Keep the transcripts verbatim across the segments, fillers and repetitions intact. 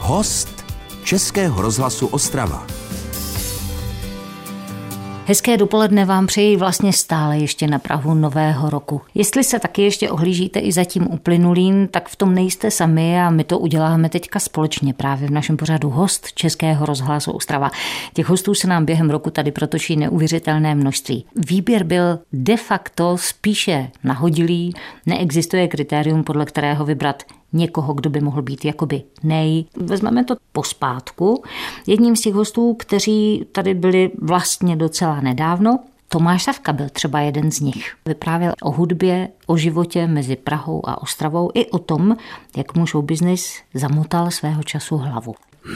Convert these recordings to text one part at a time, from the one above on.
Host Českého rozhlasu Ostrava. Hezké dopoledne vám přeji vlastně stále ještě na prahu nového roku. Jestli se taky ještě ohlížíte i za tím uplynulým, tak v tom nejste sami a my to uděláme teďka společně právě v našem pořadu Host Českého rozhlasu Ostrava. Těch hostů se nám během roku tady protočí neuvěřitelné množství. Výběr byl de facto spíše nahodilý, neexistuje kritérium, podle kterého vybrat někoho, kdo by mohl být jakoby nej. Vezmeme to pospátku. Jedním z těch hostů, kteří tady byli vlastně docela nedávno, Tomáš Savka byl třeba jeden z nich. Vyprávěl o hudbě, o životě mezi Prahou a Ostravou i o tom, jak mu showbiznis zamotal svého času hlavu.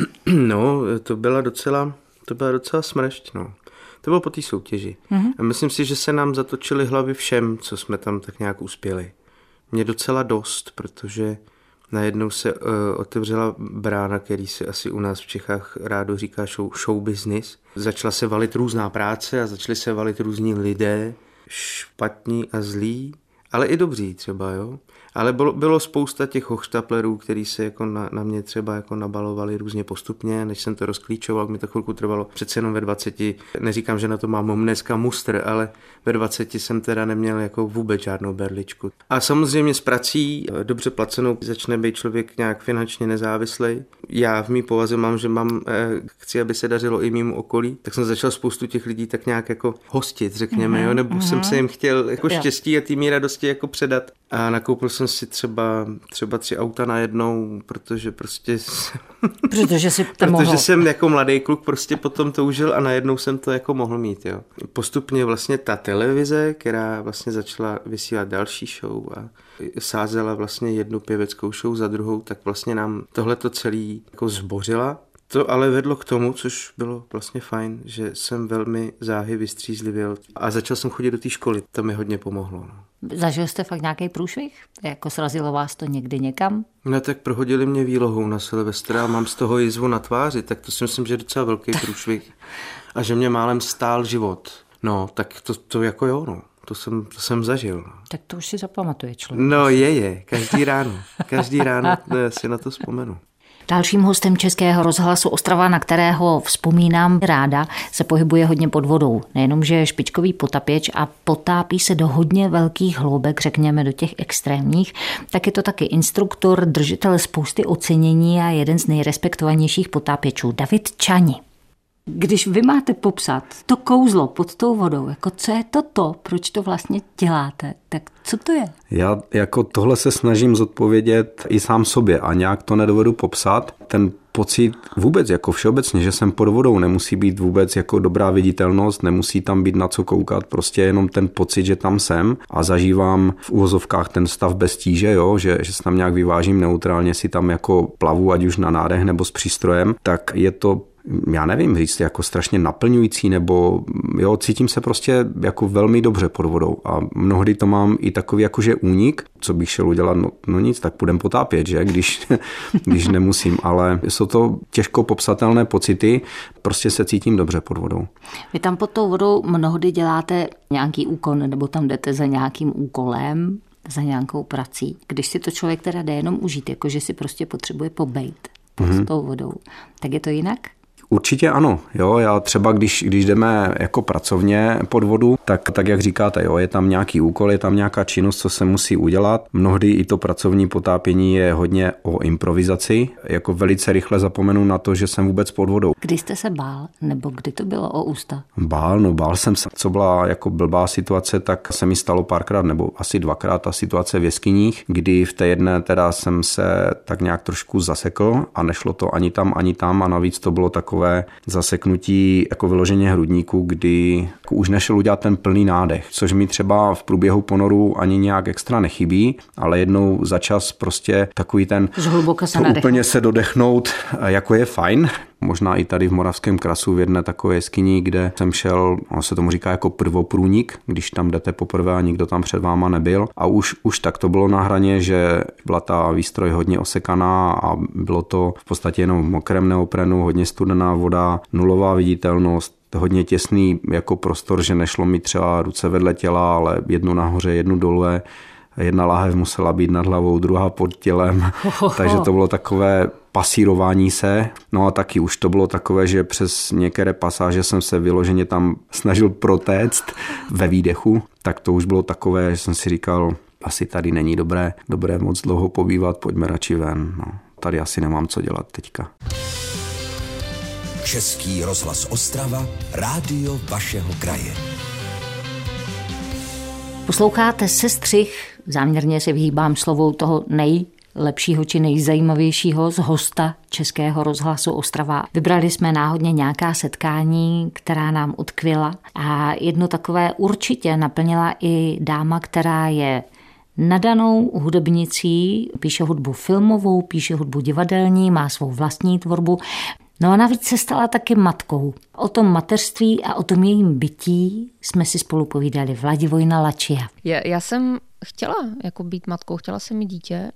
No, to byla docela, to byla docela smršť, no. To bylo po té soutěži. Mm-hmm. A myslím si, že se nám zatočily hlavy všem, co jsme tam tak nějak uspěli. Mě docela dost, protože najednou se uh, otevřela brána, který se asi u nás v Čechách rádo říká show, show business. Začala se valit různá práce a začaly se valit různí lidé, špatní a zlí, ale i dobří třeba, jo. Ale bylo, bylo spousta těch hochštaplerů, který se jako na, na mě třeba jako nabalovali různě postupně, než jsem to rozklíčoval, mi to chvilku trvalo. Přece jenom ve dvaceti, neříkám, že na to mám dneska mustr, ale ve dvaceti jsem teda neměl jako vůbec žádnou berličku. A samozřejmě s prací dobře placenou začne být člověk nějak finančně nezávislý. Já v mý povaze mám, že mám, chci, aby se dařilo i mýmu okolí, tak jsem začal spoustu těch lidí tak nějak jako hostit, řekněme, mm-hmm. jo, nebo mm-hmm. jsem se jim chtěl jako štěstí a tý radosti jako předat. A nakoupil jsem si třeba, třeba tři auta najednou, protože prostě protože, si to protože mohl. jsem jako mladý kluk prostě potom toužil a najednou jsem to jako mohl mít. Jo. Postupně vlastně ta televize, která vlastně začala vysílat další show a sázela vlastně jednu pěveckou show za druhou, tak vlastně nám tohleto celý jako zbořila. To ale vedlo k tomu, což bylo vlastně fajn, že jsem velmi záhy vystřízlivěl a začal jsem chodit do té školy. To mi hodně pomohlo. No. Zažil jste fakt nějaký průšvih? Jako srazilo vás to někdy někam? No tak prohodili mě výlohou na Silvestra a mám z toho jizvu na tváři, tak to si myslím, že je docela velký průšvih. A že mě málem stál život. No, tak to, to jako jo, no. To jsem, to jsem zažil. Tak to už si zapamatuje člověk. No je, je. Každý ráno. Každý ráno si na to vzpomenu. Dalším hostem Českého rozhlasu Ostrava, na kterého vzpomínám ráda, se pohybuje hodně pod vodou. Nejenom, že je špičkový potapěč a potápí se do hodně velkých hloubek, řekněme do těch extrémních, tak je to taky instruktor, držitel spousty ocenění a jeden z nejrespektovanějších potápěčů, David Čani. Když vy máte popsat to kouzlo pod tou vodou, jako co je to to, proč to vlastně děláte, tak co to je? Já jako tohle se snažím zodpovědět i sám sobě a nějak to nedovedu popsat. Ten pocit vůbec jako všeobecně, že jsem pod vodou, nemusí být vůbec jako dobrá viditelnost, nemusí tam být na co koukat, prostě jenom ten pocit, že tam jsem a zažívám v uvozovkách ten stav bez tíže, jo, že, že se tam nějak vyvážím neutrálně, si tam jako plavu, ať už na nádech nebo s přístrojem, tak je to, já nevím říct, jako strašně naplňující, nebo jo, cítím se prostě jako velmi dobře pod vodou a mnohdy to mám i takový jakože únik, co bych šel udělat, no, no nic, tak půjdem potápět, že, když, když nemusím, ale jsou to těžko popsatelné pocity, prostě se cítím dobře pod vodou. Vy tam pod tou vodou mnohdy děláte nějaký úkon, nebo tam jdete za nějakým úkolem, za nějakou prací. Když si to člověk teda jde jenom užít, jakože si prostě potřebuje pobejt pod mm-hmm. tou vodou, tak je to jinak? Určitě ano, jo, já třeba když, když jdeme jako pracovně pod vodu, tak, tak jak říkáte, jo, je tam nějaký úkol, je tam nějaká činnost, co se musí udělat. Mnohdy i to pracovní potápění je hodně o improvizaci, jako velice rychle zapomenu na to, že jsem vůbec pod vodou. Kdy jste se bál, nebo kdy to bylo o ústa? Bál, no bál jsem se. Co byla jako blbá situace, tak se mi stalo párkrát, nebo asi dvakrát ta situace v jeskyních, kdy v té jedné teda jsem se tak nějak trošku zasekl a nešlo to ani tam, ani tam a navíc to bylo takové zaseknutí jako vyloženě hrudníku, kdy jako už nešel udělat ten plný nádech, což mi třeba v průběhu ponoru ani nějak extra nechybí, ale jednou za čas prostě takový ten se úplně se dodechnout, jako je fajn. Možná i tady v Moravském Krasu v jedné takové jeskyni, kde jsem šel, ono se tomu říká jako prvoprůnik, když tam jdete poprvé a nikdo tam před váma nebyl. A už, už tak to bylo na hraně, že byla ta výstroj hodně osekaná a bylo to v podstatě jenom v mokrém neoprenu, hodně studená voda, nulová viditelnost, hodně těsný jako prostor, že nešlo mi třeba ruce vedle těla, ale jednu nahoře, jednu dole. Jedna láhev musela být nad hlavou, druhá pod tělem, takže to bylo takové pasírování se. No a taky už to bylo takové, že přes některé pasáže jsem se vyloženě tam snažil protéct ve výdechu, tak to už bylo takové, že jsem si říkal, asi tady není dobré, dobré moc dlouho pobývat, pojďme radši ven. No, tady asi nemám co dělat teďka. Český rozhlas Ostrava, rádio vašeho kraje. Posloucháte Sestřih, záměrně se vyhýbám slovou toho nejlepšího či nejzajímavějšího z hosta Českého rozhlasu Ostrava. Vybrali jsme náhodně nějaká setkání, která nám utkvěla a jedno takové určitě naplnila i dáma, která je nadanou hudebnicí, píše hudbu filmovou, píše hudbu divadelní, má svou vlastní tvorbu. No a navíc se stala taky matkou. O tom mateřství a o tom jejím bytí jsme si spolu povídali. Vladivojna Lačia. Já, já jsem chtěla jako být matkou, chtěla jsem mít dítě,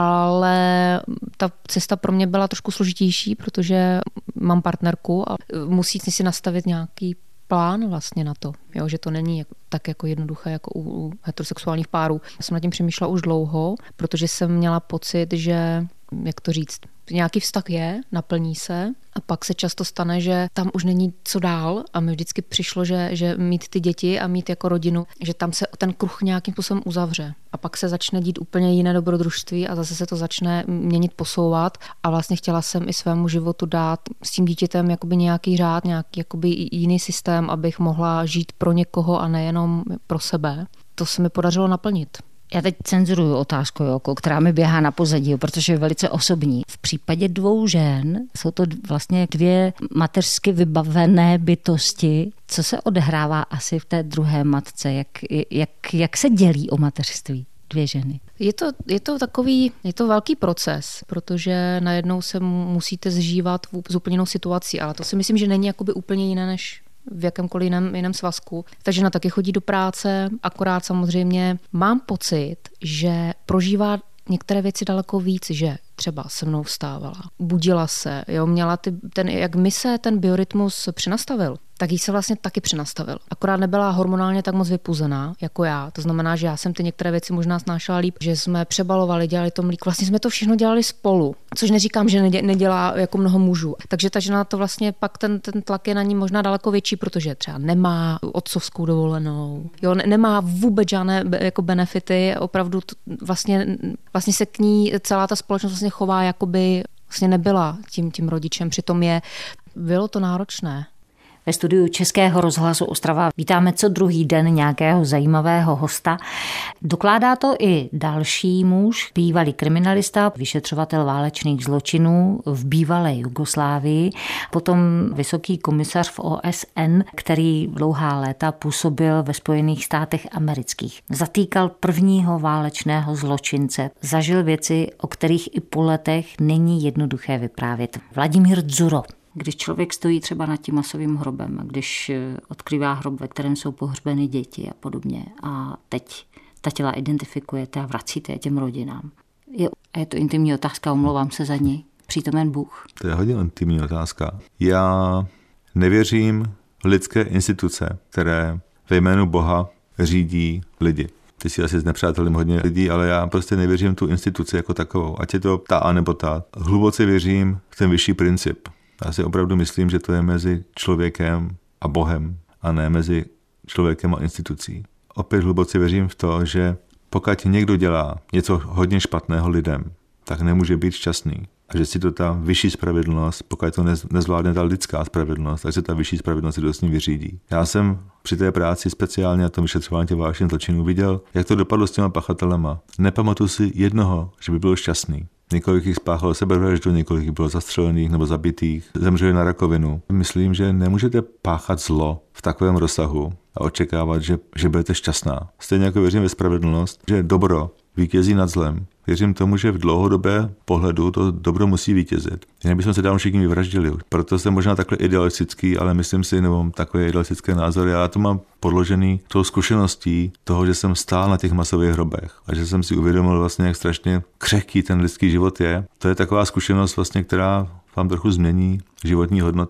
ale ta cesta pro mě byla trošku složitější, protože mám partnerku a musí si nastavit nějaký plán vlastně na to, jo, že to není tak jako jednoduché jako u, u heterosexuálních párů. Já jsem nad tím přemýšlela už dlouho, protože jsem měla pocit, že, jak to říct, nějaký vztah je, naplní se a pak se často stane, že tam už není co dál a mi vždycky přišlo, že, že mít ty děti a mít jako rodinu, že tam se ten kruh nějakým způsobem uzavře a pak se začne dít úplně jiné dobrodružství a zase se to začne měnit, posouvat a vlastně chtěla jsem i svému životu dát s tím dítětem jakoby nějaký řád, nějaký jakoby jiný systém, abych mohla žít pro někoho a nejenom pro sebe. To se mi podařilo naplnit. Já teď cenzuruju otázku, Joko, která mi běhá na pozadí, protože je velice osobní. V případě dvou žen jsou to vlastně dvě mateřsky vybavené bytosti. Co se odehrává asi v té druhé matce? Jak, jak, jak se dělí o mateřství dvě ženy? Je to, je to takový, je to velký proces, protože najednou se musíte zžívat s úplně jinou situací, ale to si myslím, že není jakoby úplně jiné než v jakémkoliv jiném, jiném svazku. Takže žena taky chodí do práce, akorát samozřejmě mám pocit, že prožívá některé věci daleko víc, že třeba se mnou vstávala, budila se, jo, měla ty, ten, jak mi se ten biorytmus přenastavil, tak jí se vlastně taky přenastavil. Akorát nebyla hormonálně tak moc vypuzená jako já. To znamená, že já jsem ty některé věci možná snášela líp, že jsme přebalovali, dělali to mlík. Vlastně jsme to všechno dělali spolu, což neříkám, že nedělá jako mnoho mužů. Takže ta žena to vlastně pak ten, ten tlak je na ní možná daleko větší, protože třeba nemá otcovskou dovolenou, jo, nemá vůbec žádné jako benefity, opravdu to, vlastně, vlastně se k ní celá ta společnost vlastně chová, jakoby vlastně nebyla tím, tím rodičem, přitom je, bylo to náročné. Ve studiu Českého rozhlasu Ostrava vítáme co druhý den nějakého zajímavého hosta. Dokládá to i další muž, bývalý kriminalista, vyšetřovatel válečných zločinů v bývalé Jugoslávii, potom vysoký komisař v O S N, který dlouhá léta působil ve Spojených státech amerických. Zatýkal prvního válečného zločince, zažil věci, o kterých i po letech není jednoduché vyprávět. Vladimír Dzuro. Když člověk stojí třeba nad tím masovým hrobem, když odkrývá hrob, ve kterém jsou pohřbeny děti a podobně a teď ta těla identifikujete a vracíte je těm rodinám. Je, a je to intimní otázka, omlouvám se za ní. Přítomen Bůh. To je hodně intimní otázka. Já nevěřím v lidské instituce, které ve jménu Boha řídí lidi. Ty si asi znepřátelím hodně lidí, ale já prostě nevěřím tu instituci jako takovou. Ať je to ta a nebo ta. Hluboce věřím v ten vyšší princip. Já si opravdu myslím, že to je mezi člověkem a Bohem a ne mezi člověkem a institucí. Opět hluboce věřím v to, že pokud někdo dělá něco hodně špatného lidem, tak nemůže být šťastný. A že si to ta vyšší spravedlnost, pokud to nezvládne ta lidská spravedlnost, tak se ta vyšší spravedlnost si to s ním vyřídí. Já jsem při té práci speciálně na tom vyšetřování těch válečných zločinů viděl, jak to dopadlo s těma pachatelema. Nepamatuji si jednoho, že by byl šťastný. Několik jich spáchalo sebevraždu, několik jich bylo zastřelených nebo zabitých, zemřeli na rakovinu. Myslím, že nemůžete páchat zlo v takovém rozsahu a očekávat, že, že budete šťastná. Stejně jako věřím ve spravedlnost, že dobro vítězí nad zlem. Věřím tomu, že v dlouhodobé pohledu to dobro musí vítězit. Jinak bychom se dávno všichni vyvraždili. Proto jsem možná takhle idealistický, ale myslím si, nebo takové idealistické názory. Já to mám podložený tou zkušeností toho, že jsem stál na těch masových hrobech a že jsem si uvědomil vlastně, jak strašně křehký ten lidský život je. To je taková zkušenost vlastně, která vám trochu změní životní hodnoty.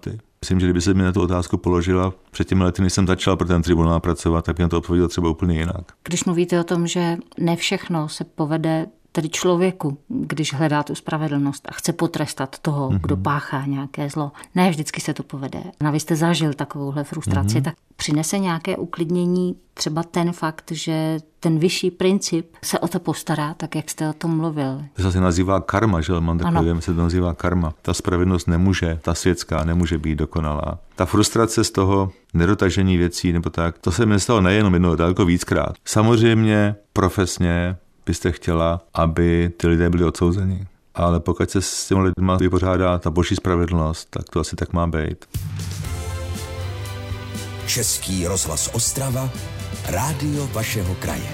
Myslím, že kdyby se mi na tu otázku položila před těmi lety, než jsem začal pro ten tribunál pracovat, tak by na to odpověděl třeba úplně jinak. Když mluvíte o tom, že ne všechno se povede tedy člověku, když hledá tu spravedlnost a chce potrestat toho, mm-hmm. kdo páchá nějaké zlo. Ne vždycky se to povede. A vy jste zažil takovouhle frustraci, mm-hmm. tak přinese nějaké uklidnění třeba ten fakt, že ten vyšší princip se o to postará, tak jak jste o tom mluvil. To se nazývá karma, že mám takové, se to nazývá karma. Ta spravedlnost nemůže, ta světská nemůže být dokonalá. Ta frustrace z toho nedotažení věcí nebo tak, to se mi stalo nejenom jednou, daleko víckrát. Samozřejmě profesně byste chtěla, aby ty lidé byli odsouzeni. Ale pokud se s těmi lidmi vypořádá ta boží spravedlnost, tak to asi tak má být. Český rozhlas Ostrava, rádio vašeho kraje.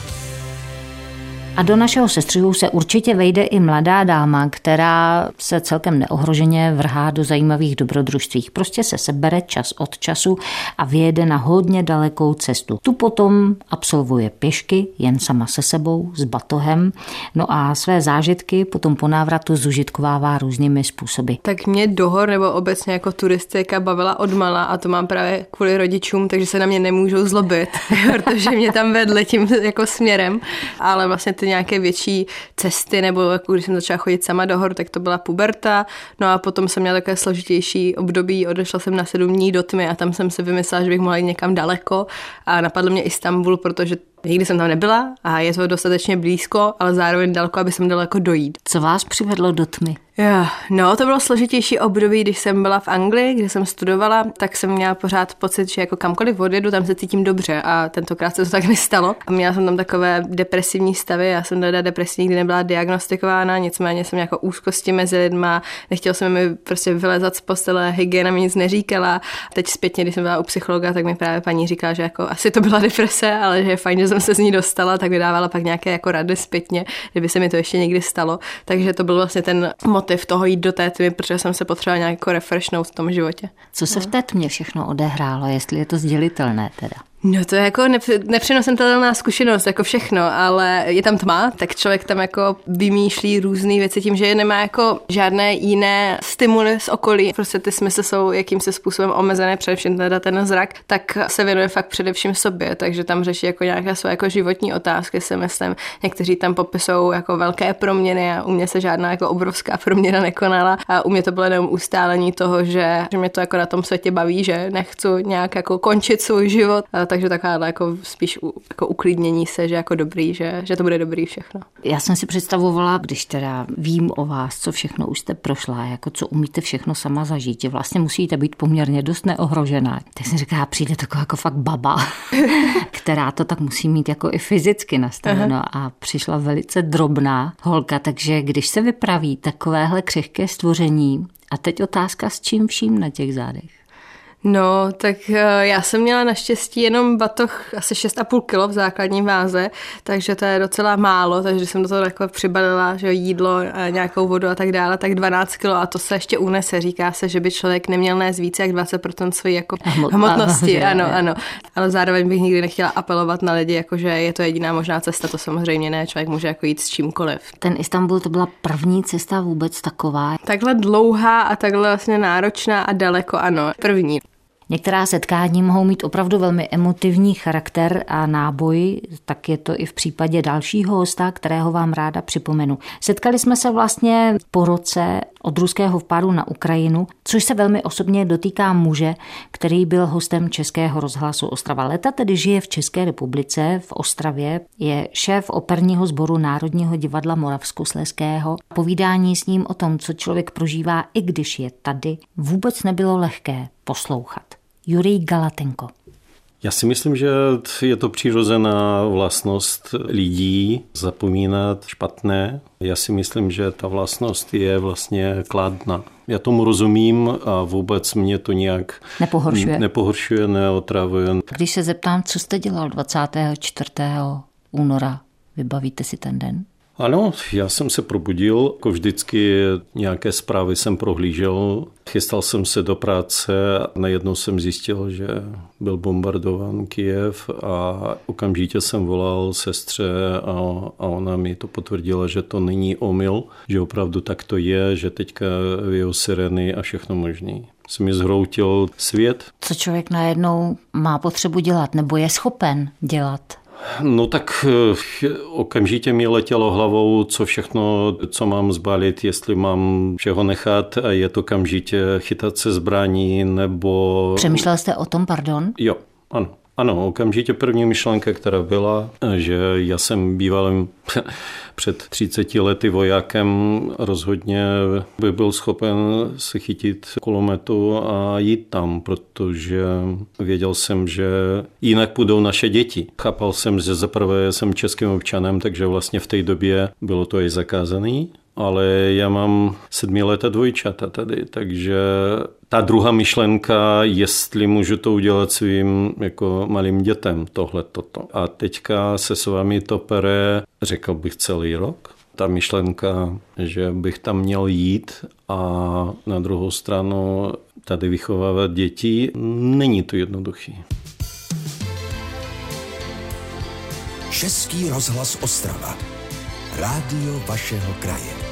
A do našeho sestřihu se určitě vejde i mladá dáma, která se celkem neohroženě vrhá do zajímavých dobrodružství. Prostě se sebere čas od času a vyjede na hodně dalekou cestu. Tu potom absolvuje pěšky, jen sama se sebou, s batohem. No a své zážitky potom po návratu zužitkovává různými způsoby. Tak mě do hor nebo obecně jako turistika bavila odmala a to mám právě kvůli rodičům, takže se na mě nemůžou zlobit, protože mě tam vedli tím jako směrem, ale vlastně ty nějaké větší cesty, nebo jako když jsem začala chodit sama do hor, tak to byla puberta, no a potom jsem měla takové složitější období, odešla jsem na sedm dní do tmy a tam jsem si vymyslela, že bych mohla jít někam daleko a napadl mě Istanbul, protože nikdy jsem tam nebyla a je to dostatečně blízko, ale zároveň daleko, aby jsem daleko dojít. Co vás přivedlo do tmy? Jo, no to bylo složitější období, když jsem byla v Anglii, kde jsem studovala, tak jsem měla pořád pocit, že jako kamkoliv odjedu, tam se cítím dobře a tentokrát se to tak nestalo. A měla jsem tam takové depresivní stavy, já jsem teda depresivní, nikdy nebyla diagnostikována, nicméně jsem jako úzkosti mezi lidma, nechtěla jsem mi prostě vylezat z postele, hygiena mi nic neříkala. Teď zpětně, když jsem byla u psychologa, tak mi právě paní říkala, že jako asi to byla deprese, ale že je fajn, že jsem se z ní dostala, tak mi dávala pak nějaké jako rady zpětně, kdyby se mi to ještě někdy stalo. Takže to byl vlastně ten motiv toho jít do té tmy, protože jsem se potřebovala nějak jako refreshnout v tom životě. Co se v té tmě všechno odehrálo, jestli je to sdělitelné teda? No to je jako nepřenositelná zkušenost, jako všechno, ale je tam tma, tak člověk tam jako vymýšlí různé věci tím, že nemá jako žádné jiné stimuly z okolí. Prostě ty smysly jsou jakýmsi způsobem omezené, především teda ten zrak, tak se věnuje fakt především sobě, takže tam řeší jako nějaké své jako životní otázky, si myslím. Někteří tam popisují jako velké proměny a u mě se žádná jako obrovská proměna nekonala a u mě to bylo jenom ustálení toho, že, že mě to jako na tom světě baví, že nechci nějak jako končit svůj život. Takže taková jako spíš jako uklidnění se, že jako dobrý, že, že to bude dobrý všechno. Já jsem si představovala, když teda vím o vás, co všechno už jste prošla, jako co umíte všechno sama zažít, že vlastně musíte být poměrně dost neohrožená. Tak jsem říkala, přijde taková jako fakt baba, která to tak musí mít jako i fyzicky nastaveno. Aha. A přišla velice drobná holka, takže když se vypraví takovéhle křehké stvoření, a teď otázka, s čím vším na těch zádech? No, tak já jsem měla naštěstí jenom batoh asi šest a půl kilo v základní váze, takže to je docela málo, takže jsem do toho takhle přibalila, že jídlo, nějakou vodu a tak dále, tak dvanáct kilo a to se ještě unese. Říká se, že by člověk neměl nést více jak dvacet procent své jako Hmot, hmotnosti, ano, ano. Ale zároveň bych nikdy nechtěla apelovat na lidi, jakože je to jediná možná cesta, to samozřejmě ne, člověk může jako jít s čímkoliv. Ten Istanbul to byla první cesta vůbec taková? Takhle dlouhá a takhle vlastně náročná a daleko, ano, první. Některá setkání mohou mít opravdu velmi emotivní charakter a náboj, tak je to i v případě dalšího hosta, kterého vám ráda připomenu. Setkali jsme se vlastně po roce od ruského vpádu na Ukrajinu, což se velmi osobně dotýká muže, který byl hostem Českého rozhlasu Ostrava. Leta tedy žije v České republice, v Ostravě, je šéf operního sboru Národního divadla Moravskoslezského. Povídání s ním o tom, co člověk prožívá, i když je tady, vůbec nebylo lehké poslouchat. Jurij Galatenko. Já si myslím, že je to přirozená vlastnost lidí zapomínat špatné. Já si myslím, že ta vlastnost je vlastně kladná. Já tomu rozumím a vůbec mě to nějak nepohoršuje, nepohoršuje neotravuje. Když se zeptám, co jste dělal dvacátého čtvrtého února, vybavíte si ten den? Ano, já jsem se probudil, jako vždycky nějaké zprávy jsem prohlížel, chystal jsem se do práce a najednou jsem zjistil, že byl bombardován Kyjev a okamžitě jsem volal sestře a, a ona mi to potvrdila, že to není omyl, že opravdu tak to je, že teďka vyjou sireny a všechno možný. se mi zhroutil svět. Co člověk najednou má potřebu dělat nebo je schopen dělat? No tak okamžitě mi letělo hlavou, co všechno, co mám zbalit, jestli mám všeho nechat a je to okamžitě chytat se zbraní nebo... Přemýšlel jste o tom, pardon? Jo, ano. Ano, okamžitě první myšlenka, která byla, že já jsem bývalým před třiceti lety vojákem, rozhodně by byl schopen se chytit kulometu a jít tam, protože věděl jsem, že jinak půjdou naše děti. Chápal jsem, že zaprvé jsem českým občanem, takže vlastně v té době bylo to i zakázané. Ale já mám sedmiletá dvojčata tady, takže ta druhá myšlenka, jestli můžu to udělat svým jako malým dětem, tohle, toto. A teďka se s vámi to pere, řekl bych celý rok. Ta myšlenka, že bych tam měl jít a na druhou stranu tady vychovávat děti, není to jednoduchý. Český rozhlas Ostrava. Rádio vašeho kraje.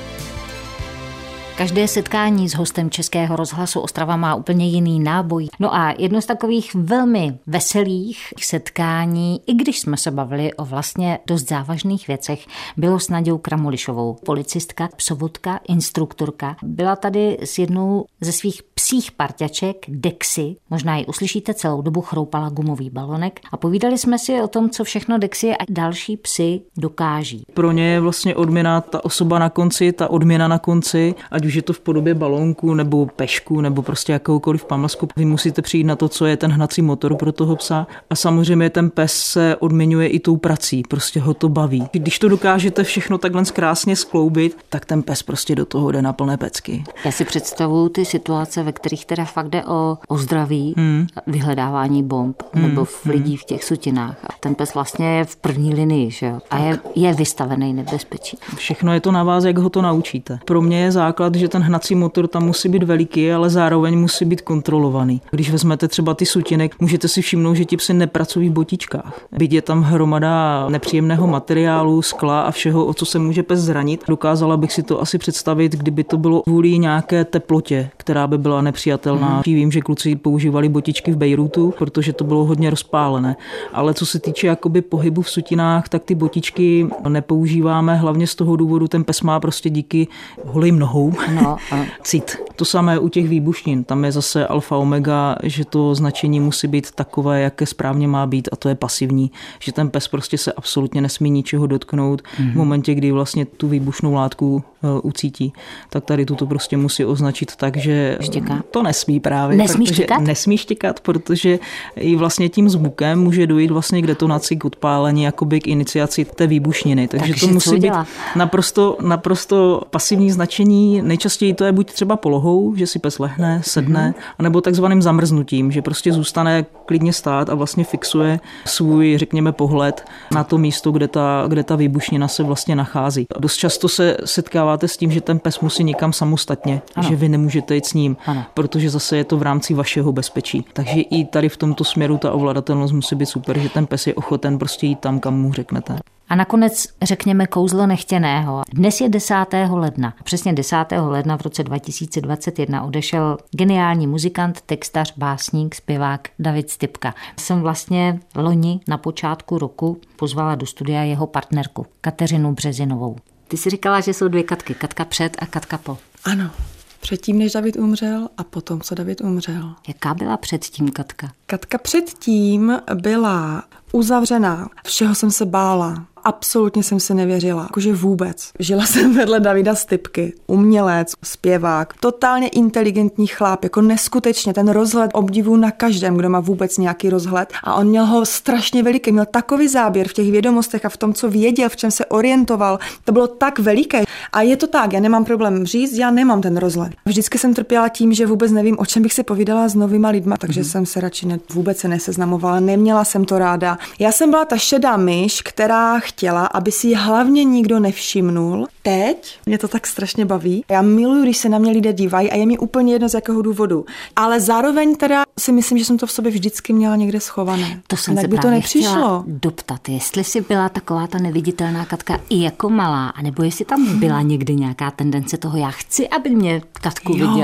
Každé setkání s hostem Českého rozhlasu Ostrava má úplně jiný náboj. No a jedno z takových velmi veselých setkání, i když jsme se bavili o vlastně dost závažných věcech, bylo s Nadějou Kramulišovou, policistka, psovodka, instruktorka. Byla tady s jednou ze svých psích parťaček, Dexy, možná ji uslyšíte, celou dobu chroupala gumový balonek a povídali jsme si o tom, co všechno Dexy a další psy dokáží. Pro ně je vlastně odměna ta osoba na konci, ta odměna na konci, ať už je to v podobě balónku nebo pešku nebo prostě jakoukoliv pamlsku. Vy musíte přijít na to, co je ten hnací motor pro toho psa a samozřejmě ten pes se odměňuje i tou prací, prostě ho to baví. Když to dokážete všechno takhle krásně skloubit, tak ten pes prostě do toho jde na plné pecky. Já si představuju ty situace, ve kterých teda fakt jde o, o zdraví, hmm. vyhledávání bomb hmm. nebo v lidí v těch sutinách. A ten pes vlastně je v první linii, že jo? A je, je vystavený nebezpečí. Všechno je to na vás, jak ho to naučíte. Pro mě je základ, že ten hnací motor tam musí být veliký, ale zároveň musí být kontrolovaný. Když vezmete třeba ty sutinek, můžete si všimnout, že ti psy nepracují v botičkách. Byť je tam hromada nepříjemného materiálu, skla a všeho, o co se může pes zranit. Dokázala bych si to asi představit, kdyby to bylo kvůli nějaké teplotě, která by byla nepřijatelná. Mm. Vím, že kluci používali botičky v Bejrutu, protože to bylo hodně rozpálené. Ale co se týče jakoby pohybu v sutinách, tak ty botičky nepoužíváme hlavně z toho důvodu, ten pes má prostě díky holým nohou no, a... cit. To samé u těch výbušnin. Tam je zase alfa omega, že to značení musí být takové, jaké správně má být, a to je pasivní. Že ten pes prostě se absolutně nesmí ničeho dotknout mm. v momentě, kdy vlastně tu výbušnou látku uh, ucítí. Tak tady tuto prostě musí označit tak, že štěká. To nesmí právě. Nesmí štěkat? Nesmí štěkat, protože i vlastně tím zvukem může dojít vlastně k detonaci, k odpálení, jakoby k iniciaci té výbušniny. Takže, Takže to musí být naprosto, naprosto pasivní značení. Nejčastěji to je buď třeba polohou, že si pes lehne, sedne, mm-hmm. anebo takzvaným zamrznutím, že prostě zůstane klidně stát a vlastně fixuje svůj, řekněme, pohled na to místo, kde ta, kde ta výbušnina se vlastně nachází. Dost často se setkáváte s tím, že ten pes musí někam samostatně, ano. že vy nemůžete jít s ním, ano. protože zase je to v rámci vašeho bezpečí. Takže i tady v tomto směru ta ovladatelnost musí být super, že ten pes je ochoten prostě jít tam, kam mu řeknete. A nakonec řekněme kouzlo nechtěného. Dnes je desátého ledna. Přesně desátého ledna v roce dva tisíce dvacet jedna odešel geniální muzikant, textař, básník, zpěvák David Stypka. Jsem vlastně loni na počátku roku pozvala do studia jeho partnerku Kateřinu Březinovou. Ty jsi říkala, že jsou dvě Katky. Katka před a Katka po. Ano. Předtím, než David umřel a potom, co David umřel. Jaká byla předtím Katka? Katka předtím byla uzavřená. Všeho jsem se bála. Absolutně jsem si nevěřila, jakože vůbec. Žila jsem vedle Davida Stypky, umělec, zpěvák, totálně inteligentní chlap, jako neskutečně ten rozhled obdivu na každém, kdo má vůbec nějaký rozhled. A on měl ho strašně veliký, měl takový záběr v těch vědomostech a v tom, co věděl, v čem se orientoval. To bylo tak veliké. A je to tak, já nemám problém říct, já nemám ten rozhled. Vždycky jsem trpěla tím, že vůbec nevím, o čem bych si povídala s novýma lidma, takže mm. jsem se radši ne, vůbec se neseznamovala, neměla jsem to ráda. Já jsem byla ta šedá myš, která chtěla, aby si ji hlavně nikdo nevšimnul. Teď mě to tak strašně baví. Já miluji, když se na mě lidé dívají a je mi úplně jedno z jakého důvodu. Ale zároveň teda si myslím, že jsem to v sobě vždycky měla někde schované. To jsem se by to nepřišlo. Doptat, jestli si byla taková ta neviditelná Katka i jako malá, anebo jestli tam byla někdy nějaká tendence toho, já chci, aby mě Katku jo. viděli.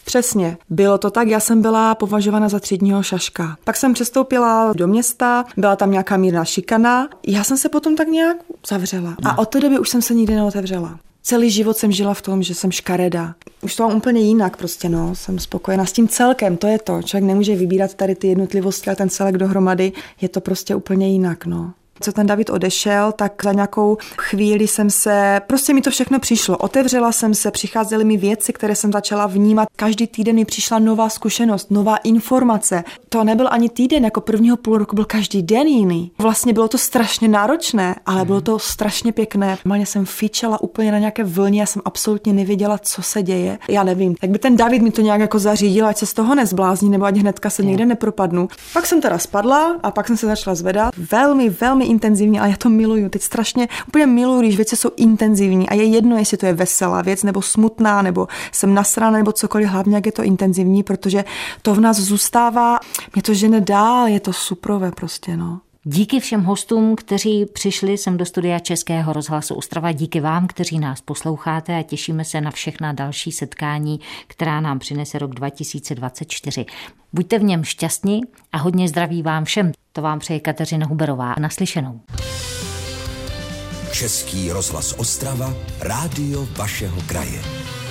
Přesně, bylo to tak, já jsem byla považována za třídního šaška. Pak jsem přestoupila do města, byla tam nějaká mírná šikana, já jsem se potom tak nějak zavřela. A od té doby už jsem se nikdy neotevřela. Celý život jsem žila v tom, že jsem škareda. Už to mám úplně jinak prostě, no. Jsem spokojená s tím celkem, to je to. Člověk nemůže vybírat tady ty jednotlivosti a ten celek dohromady. Je to prostě úplně jinak, no. Co ten David odešel, tak za nějakou chvíli jsem se, prostě mi to všechno přišlo. Otevřela jsem se, přicházely mi věci, které jsem začala vnímat. Každý týden mi přišla nová zkušenost, nová informace. To nebyl ani týden, jako prvního půl roku byl každý den jiný. Vlastně bylo to strašně náročné, ale bylo to strašně pěkné. Normálně jsem fičela úplně na nějaké vlně, já jsem absolutně nevěděla, co se děje. Já nevím, jak by ten David mi to nějak jako zařídil, ať se z toho nezblázní, nebo ať hnedka se někde nepropadnu. Pak jsem teda spadla a pak jsem se začala zvedat. Velmi, velmi intenzivní, ale já to miluju. Teď strašně úplně miluju, když věci jsou intenzivní a je jedno, jestli to je veselá věc, nebo smutná, nebo jsem nasraná, nebo cokoliv, hlavně jak je to intenzivní, protože to v nás zůstává, mě to žene dál, je to suprové prostě, no. Díky všem hostům, kteří přišli sem do studia Českého rozhlasu Ostrava, díky vám, kteří nás posloucháte a těšíme se na všechna další setkání, která nám přinese rok dva tisíce dvacet čtyři. Buďte v něm šťastní a hodně zdraví vám všem. To vám přeje Kateřina Huberová. Naslyšenou. Český rozhlas Ostrava, rádio vašeho kraje.